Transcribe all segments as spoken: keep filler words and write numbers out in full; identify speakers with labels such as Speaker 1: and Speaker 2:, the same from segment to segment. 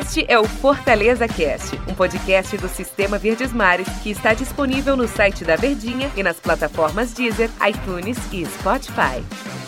Speaker 1: Este é o Fortaleza Cast, um podcast do Sistema Verdes Mares que está disponível no site da Verdinha e nas plataformas Deezer, iTunes e Spotify.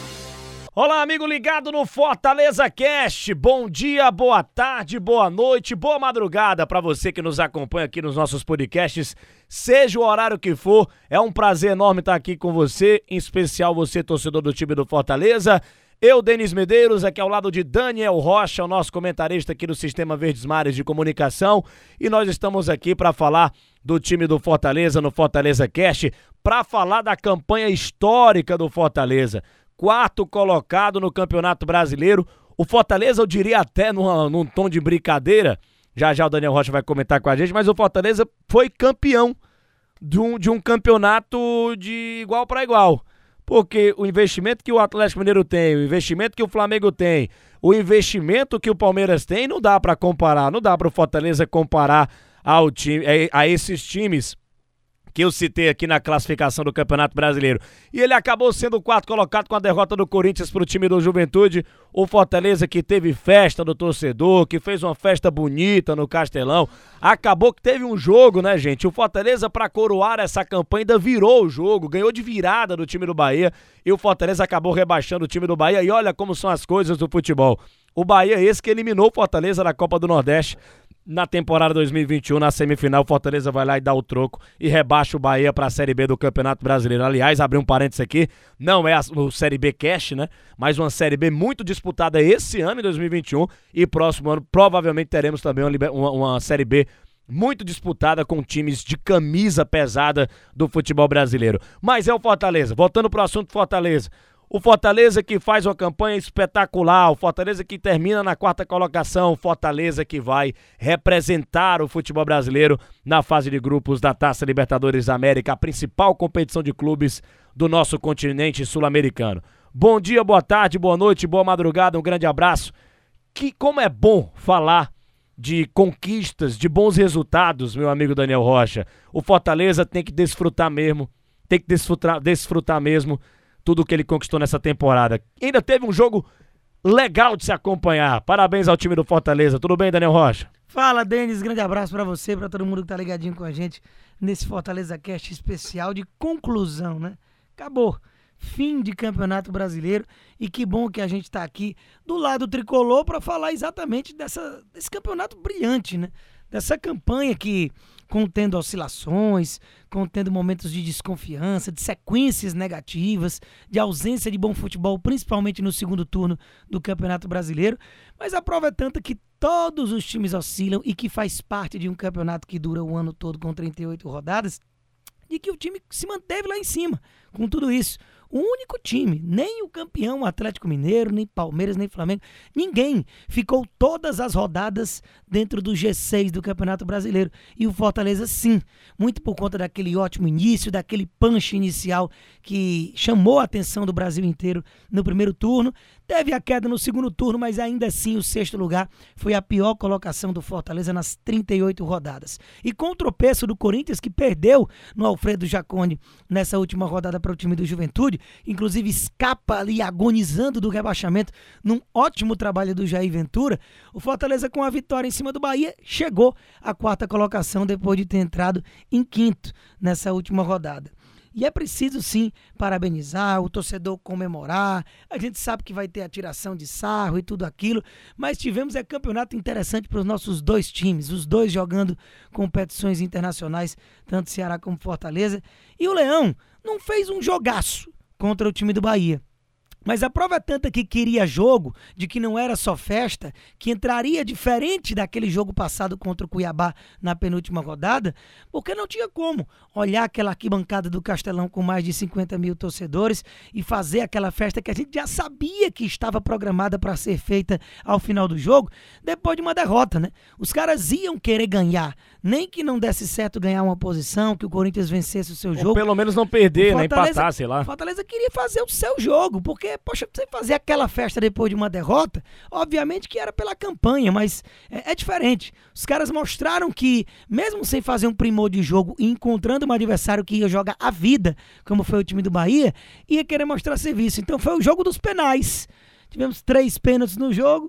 Speaker 2: Olá, amigo ligado no Fortaleza Cast. Bom dia, boa tarde, boa noite, boa madrugada para você que nos acompanha aqui nos nossos podcasts, seja o horário que for. É um prazer enorme estar aqui com você, em especial você, torcedor do time do Fortaleza. Eu, Denis Medeiros, aqui ao lado de Daniel Rocha, o nosso comentarista aqui do Sistema Verdes Mares de Comunicação, e nós estamos aqui para falar do time do Fortaleza no Fortaleza Cast, para falar da campanha histórica do Fortaleza. Quarto colocado no Campeonato Brasileiro. O Fortaleza, eu diria até numa, num tom de brincadeira, já já o Daniel Rocha vai comentar com a gente, mas o Fortaleza foi campeão de um, de um campeonato de igual para igual. Porque o investimento que o Atlético Mineiro tem, o investimento que o Flamengo tem, o investimento que o Palmeiras tem, não dá para comparar, não dá para o Fortaleza comparar ao time, a, a esses times que eu citei aqui na classificação do Campeonato Brasileiro. E ele acabou sendo o quarto colocado com a derrota do Corinthians para o time do Juventude. O Fortaleza que teve festa do torcedor, que fez uma festa bonita no Castelão. Acabou que teve um jogo, né, gente? O Fortaleza, para coroar essa campanha, ainda virou o jogo, ganhou de virada do time do Bahia. E o Fortaleza acabou rebaixando o time do Bahia. E olha como são as coisas do futebol. O Bahia esse que eliminou o Fortaleza na Copa do Nordeste. Na temporada dois mil e vinte e um, na semifinal, o Fortaleza vai lá e dá o troco e rebaixa o Bahia para a Série B do Campeonato Brasileiro. Aliás, abri um parênteses aqui, não é a, o Série B Cash, né? Mas uma Série B muito disputada esse ano, em dois mil e vinte e um, e próximo ano provavelmente teremos também uma, uma, uma Série B muito disputada com times de camisa pesada do futebol brasileiro. Mas é o Fortaleza, voltando para o assunto Fortaleza. O Fortaleza que faz uma campanha espetacular, o Fortaleza que termina na quarta colocação, o Fortaleza que vai representar o futebol brasileiro na fase de grupos da Taça Libertadores da América, a principal competição de clubes do nosso continente sul-americano. Bom dia, boa tarde, boa noite, boa madrugada, um grande abraço. Que como é bom falar de conquistas, de bons resultados, meu amigo Daniel Rocha. O Fortaleza tem que desfrutar mesmo, tem que desfrutar, desfrutar mesmo tudo que ele conquistou nessa temporada. Ainda teve um jogo legal de se acompanhar. Parabéns ao time do Fortaleza. Tudo bem, Daniel Rocha?
Speaker 3: Fala, Denis. Grande abraço pra você, pra todo mundo que tá ligadinho com a gente nesse Fortaleza Cast especial de conclusão, né? Acabou. Fim de Campeonato Brasileiro. E que bom que a gente tá aqui do lado tricolor pra falar exatamente dessa, desse campeonato brilhante, né? Dessa campanha que, contendo oscilações, contendo momentos de desconfiança, de sequências negativas, de ausência de bom futebol, principalmente no segundo turno do Campeonato Brasileiro. Mas a prova é tanta que todos os times oscilam e que faz parte de um campeonato que dura o ano todo com trinta e oito rodadas, e que o time se manteve lá em cima com tudo isso. O único time, nem o campeão Atlético Mineiro, nem Palmeiras, nem Flamengo, ninguém ficou todas as rodadas dentro do G seis do Campeonato Brasileiro. E o Fortaleza, sim, muito por conta daquele ótimo início, daquele punch inicial que chamou a atenção do Brasil inteiro no primeiro turno. Teve a queda no segundo turno, mas ainda assim o sexto lugar foi a pior colocação do Fortaleza nas trinta e oito rodadas. E com o tropeço do Corinthians, que perdeu no Alfredo Jaconi nessa última rodada para o time do Juventude, inclusive escapa ali agonizando do rebaixamento num ótimo trabalho do Jair Ventura, o Fortaleza com a vitória em cima do Bahia chegou à quarta colocação depois de ter entrado em quinto nessa última rodada. E é preciso sim parabenizar, o torcedor comemorar, a gente sabe que vai ter atiração de sarro e tudo aquilo, mas tivemos é campeonato interessante para os nossos dois times, os dois jogando competições internacionais, tanto Ceará como Fortaleza, e o Leão não fez um jogaço contra o time do Bahia. Mas a prova é tanta que queria jogo, de que não era só festa, que entraria diferente daquele jogo passado contra o Cuiabá na penúltima rodada, porque não tinha como olhar aquela arquibancada do Castelão com mais de cinquenta mil torcedores e fazer aquela festa que a gente já sabia que estava programada para ser feita ao final do jogo, depois de uma derrota, né? Os caras iam querer ganhar, nem que não desse certo ganhar uma posição, que o Corinthians vencesse o seu
Speaker 2: Ou
Speaker 3: jogo.
Speaker 2: pelo menos não perder, né? Empatar, sei lá.
Speaker 3: O Fortaleza queria fazer o seu jogo, porque poxa, você fazer aquela festa depois de uma derrota, obviamente que era pela campanha, mas é, é diferente. Os caras mostraram que, mesmo sem fazer um primor de jogo e encontrando um adversário que ia jogar a vida, como foi o time do Bahia, ia querer mostrar serviço. Então foi o jogo dos penais. Tivemos três pênaltis no jogo,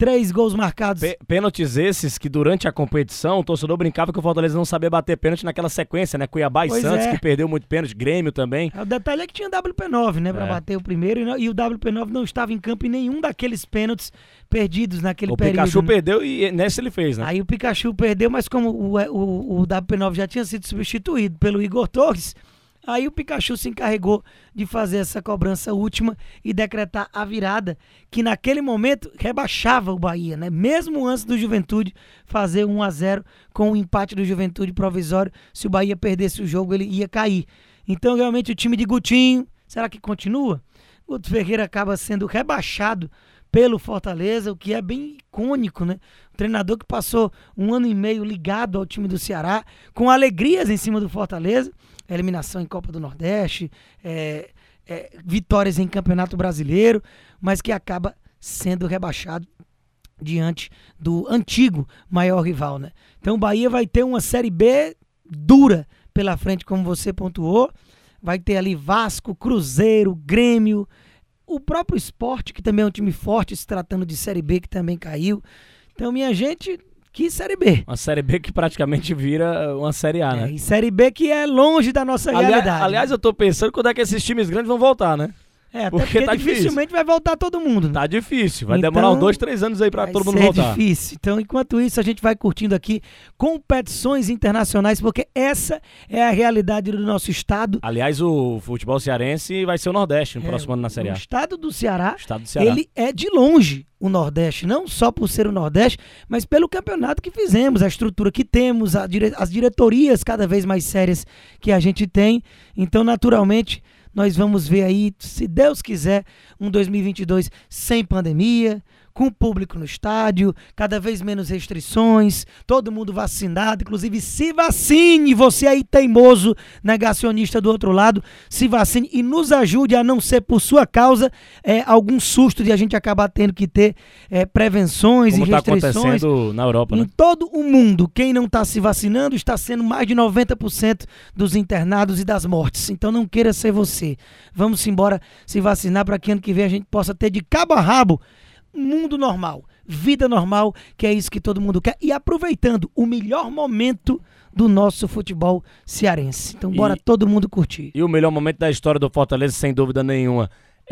Speaker 3: três gols marcados.
Speaker 2: P- pênaltis esses que durante a competição o torcedor brincava que o Fortaleza não sabia bater pênalti naquela sequência, né? Cuiabá e
Speaker 3: Pois
Speaker 2: Santos,
Speaker 3: é.
Speaker 2: que perdeu muito pênalti, Grêmio também.
Speaker 3: O detalhe é que tinha W P nove, né, pra
Speaker 2: É.
Speaker 3: bater o primeiro, e, não- e o W P nove não estava em campo em nenhum daqueles pênaltis perdidos naquele
Speaker 2: O
Speaker 3: período.
Speaker 2: Pikachu
Speaker 3: né?
Speaker 2: perdeu e nesse ele fez, né?
Speaker 3: Aí o Pikachu perdeu, mas como o, o, o W P nove já tinha sido substituído pelo Igor Torres, aí o Pikachu se encarregou de fazer essa cobrança última e decretar a virada, que naquele momento rebaixava o Bahia, né? Mesmo antes do Juventude fazer um a zero com o empate do Juventude provisório, se o Bahia perdesse o jogo ele ia cair. Então realmente o time de Gutinho, será que continua? Guto Ferreira acaba sendo rebaixado pelo Fortaleza, o que é bem icônico, né? Um treinador que passou um ano e meio ligado ao time do Ceará, com alegrias em cima do Fortaleza, eliminação em Copa do Nordeste, é, é, vitórias em Campeonato Brasileiro, mas que acaba sendo rebaixado diante do antigo maior rival, né? Então o Bahia vai ter uma Série B dura pela frente, como você pontuou, vai ter ali Vasco, Cruzeiro, Grêmio, o próprio Sport, que também é um time forte, se tratando de Série B, que também caiu. Então, minha gente, que Série B.
Speaker 2: Uma Série B que praticamente vira uma Série A, né?
Speaker 3: É, e Série B que é longe da nossa
Speaker 2: aliás,
Speaker 3: realidade.
Speaker 2: aliás, eu tô pensando quando é que esses times grandes vão voltar, né?
Speaker 3: é, até
Speaker 2: porque
Speaker 3: porque,
Speaker 2: tá
Speaker 3: dificilmente vai voltar todo mundo. Né?
Speaker 2: Tá difícil, vai
Speaker 3: Então,
Speaker 2: demorar uns dois, três anos aí pra
Speaker 3: Vai
Speaker 2: todo mundo
Speaker 3: ser
Speaker 2: voltar.
Speaker 3: difícil. Então, enquanto isso, a gente vai curtindo aqui competições internacionais, porque essa é a realidade do nosso estado.
Speaker 2: Aliás, o futebol cearense vai ser o Nordeste no
Speaker 3: É,
Speaker 2: próximo ano na Série
Speaker 3: O
Speaker 2: A.
Speaker 3: estado do Ceará,
Speaker 2: Estado do Ceará.
Speaker 3: ele é de longe o Nordeste, não só por ser o Nordeste, mas pelo campeonato que fizemos, a estrutura que temos, a dire- as diretorias cada vez mais sérias que a gente tem. Então, naturalmente, nós vamos ver aí, se Deus quiser, um dois mil e vinte e dois sem pandemia, com público no estádio, cada vez menos restrições, todo mundo vacinado, inclusive se vacine, você aí teimoso, negacionista do outro lado, se vacine e nos ajude a não ser por sua causa é, algum susto de a gente acabar tendo que ter é, prevenções
Speaker 2: Como
Speaker 3: e
Speaker 2: tá
Speaker 3: restrições.
Speaker 2: acontecendo na Europa, né?
Speaker 3: Em todo o mundo, quem não está se vacinando está sendo mais de noventa por cento dos internados e das mortes. Então não queira ser você. Vamos embora se vacinar para que ano que vem a gente possa ter de cabo a rabo mundo normal, vida normal, que é isso que todo mundo quer. E aproveitando o melhor momento do nosso futebol cearense. Então bora
Speaker 2: E-
Speaker 3: todo mundo curtir.
Speaker 2: E o melhor momento da história do Fortaleza, sem dúvida nenhuma.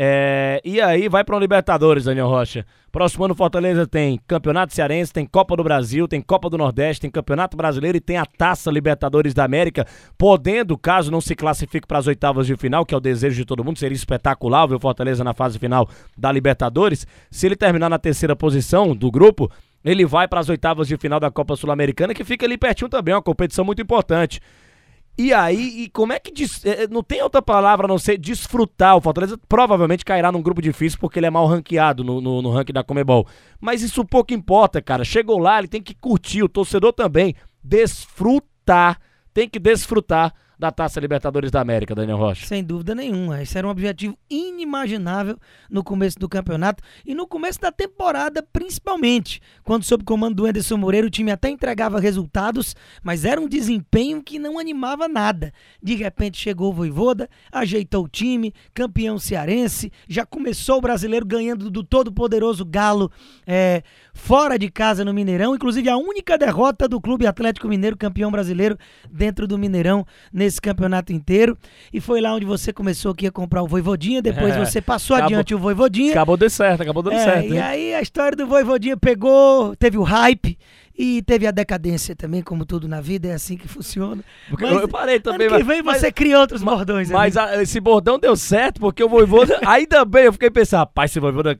Speaker 2: É, e aí vai para o Libertadores, Daniel Rocha. Próximo ano o Fortaleza tem Campeonato Cearense, tem Copa do Brasil, tem Copa do Nordeste, tem Campeonato Brasileiro e tem a Taça Libertadores da América, podendo, caso não se classifique para as oitavas de final, que é o desejo de todo mundo, seria espetacular ver o Fortaleza na fase final da Libertadores. Se ele terminar na terceira posição do grupo, ele vai para as oitavas de final da Copa Sul-Americana, que fica ali pertinho também, uma competição muito importante. E aí, e como é que... Des... eh, Não tem outra palavra a não ser desfrutar. O Fortaleza provavelmente cairá num grupo difícil porque ele é mal ranqueado no, no, no ranking da Conmebol. Mas isso pouco importa, cara. Chegou lá, ele tem que curtir. O torcedor também. Desfrutar. Tem que desfrutar da Taça Libertadores da América, Daniel Rocha.
Speaker 3: Sem dúvida nenhuma. Esse era um objetivo inimaginável no começo do campeonato e no começo da temporada, principalmente. Quando, sob o comando do Anderson Moreira, o time até entregava resultados, mas era um desempenho que não animava nada. De repente chegou o Vojvoda, ajeitou o time, campeão cearense, já começou o brasileiro ganhando do todo-poderoso Galo é, fora de casa no Mineirão. Inclusive a única derrota do Clube Atlético Mineiro, campeão brasileiro, dentro do Mineirão, nesse campeonato inteiro. E foi lá onde você começou aqui a comprar o Vojvodinha, depois
Speaker 2: É,
Speaker 3: você passou
Speaker 2: acabou-
Speaker 3: adiante o Vojvodinha.
Speaker 2: Acabou dando certo, acabou dando
Speaker 3: É,
Speaker 2: certo.
Speaker 3: e
Speaker 2: hein?
Speaker 3: aí a história do Vojvodinha pegou, teve o hype e teve a decadência também, como tudo na vida, é assim que funciona.
Speaker 2: Porque
Speaker 3: Mas
Speaker 2: eu parei também.
Speaker 3: ano que
Speaker 2: mas-
Speaker 3: vem
Speaker 2: mas-
Speaker 3: você cria outros bordões.
Speaker 2: Mas
Speaker 3: amigo.
Speaker 2: a- esse bordão deu certo porque o Vojvoda, ainda bem, eu fiquei pensando, rapaz, esse Vojvoda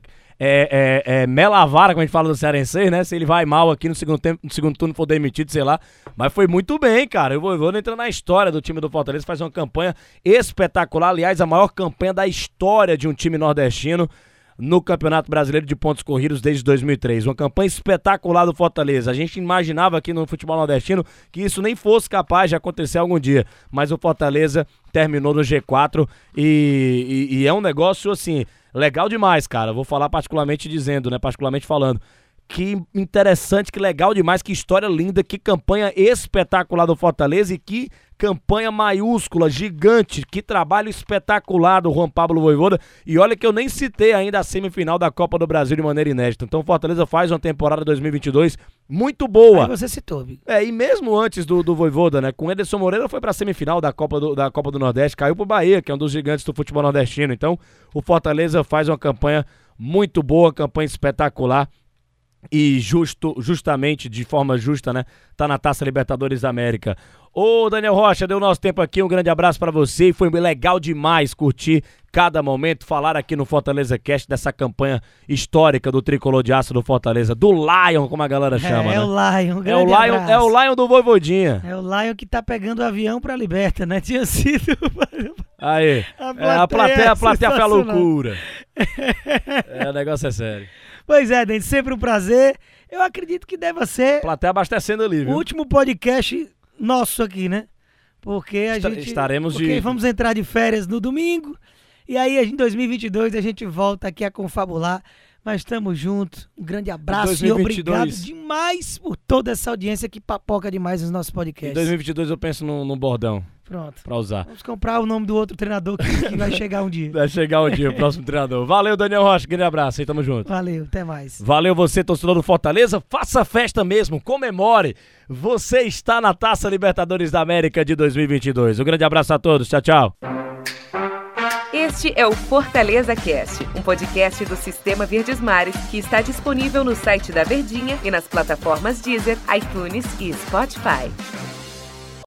Speaker 2: é, é, é mela a vara, como a gente fala do cearense, né? Se ele vai mal aqui no segundo tempo, no segundo turno for demitido, sei lá. Mas foi muito bem, cara. O Vojvoda entra na história do time do Fortaleza, faz uma campanha espetacular. Aliás, a maior campanha da história de um time nordestino no Campeonato Brasileiro de Pontos Corridos desde dois mil e três. Uma campanha espetacular do Fortaleza. A gente imaginava aqui no futebol nordestino que isso nem fosse capaz de acontecer algum dia. Mas o Fortaleza terminou no G quatro e, e, e é um negócio, assim, legal demais, cara. Vou falar particularmente dizendo, né? Particularmente falando. Que interessante, que legal demais, que história linda, que campanha espetacular do Fortaleza e que campanha maiúscula, gigante, que trabalho espetacular do Juan Pablo Vojvoda. E olha que eu nem citei ainda a semifinal da Copa do Brasil de maneira inédita. Então o Fortaleza faz uma temporada dois mil e vinte e dois muito boa.
Speaker 3: Aí você citou, amigo.
Speaker 2: É, e mesmo antes do, do Vojvoda, né, com o Ederson Moreira foi pra semifinal da Copa do, da Copa do Nordeste, caiu pro Bahia, que é um dos gigantes do futebol nordestino. Então o Fortaleza faz uma campanha muito boa, campanha espetacular. E justo, justamente, de forma justa, né? Tá na Taça Libertadores da América. Ô, Daniel Rocha, deu nosso tempo aqui, um grande abraço pra você. E foi legal demais curtir cada momento, falar aqui no Fortaleza Cast dessa campanha histórica do Tricolor de Aço do Fortaleza, do Lion, como a galera chama,
Speaker 3: É,
Speaker 2: né?
Speaker 3: é o Lion, um
Speaker 2: É o
Speaker 3: grande
Speaker 2: Lion,
Speaker 3: abraço.
Speaker 2: é o Lion do Voivodinha.
Speaker 3: É o Lion que tá pegando o avião pra Liberta, né? Tinha sido...
Speaker 2: Aí,
Speaker 3: A
Speaker 2: é, a plateia, a plateia foi a
Speaker 3: sensacional.
Speaker 2: loucura. É, o negócio é sério.
Speaker 3: Pois é, Dente, sempre um prazer. Eu acredito que deva ser
Speaker 2: Plateia abastecendo ali,
Speaker 3: o
Speaker 2: viu?
Speaker 3: último podcast nosso aqui, né? Porque a
Speaker 2: Esta-
Speaker 3: gente...
Speaker 2: estaremos
Speaker 3: porque
Speaker 2: de-
Speaker 3: vamos entrar de férias no domingo. E aí, em dois mil e vinte e dois, a gente volta aqui a confabular. Mas estamos juntos. Um grande abraço
Speaker 2: dois mil e vinte e
Speaker 3: e obrigado
Speaker 2: dois.
Speaker 3: demais por toda essa audiência que papoca demais nos nossos
Speaker 2: Em
Speaker 3: podcasts.
Speaker 2: dois mil e vinte e dois eu penso no, no bordão
Speaker 3: Pronto.
Speaker 2: pra usar.
Speaker 3: Vamos comprar o nome do outro treinador que, que vai chegar um dia.
Speaker 2: Vai chegar o dia, o próximo treinador. Valeu, Daniel Rocha, grande abraço aí, tamo junto.
Speaker 3: Valeu, até mais.
Speaker 2: Valeu você, torcedor do Fortaleza, faça festa mesmo, comemore. Você está na Taça Libertadores da América de dois mil e vinte e dois. Um grande abraço a todos, tchau, tchau.
Speaker 1: Este é o Fortaleza Cast, um podcast do Sistema Verdes Mares que está disponível no site da Verdinha e nas plataformas Deezer, iTunes e Spotify.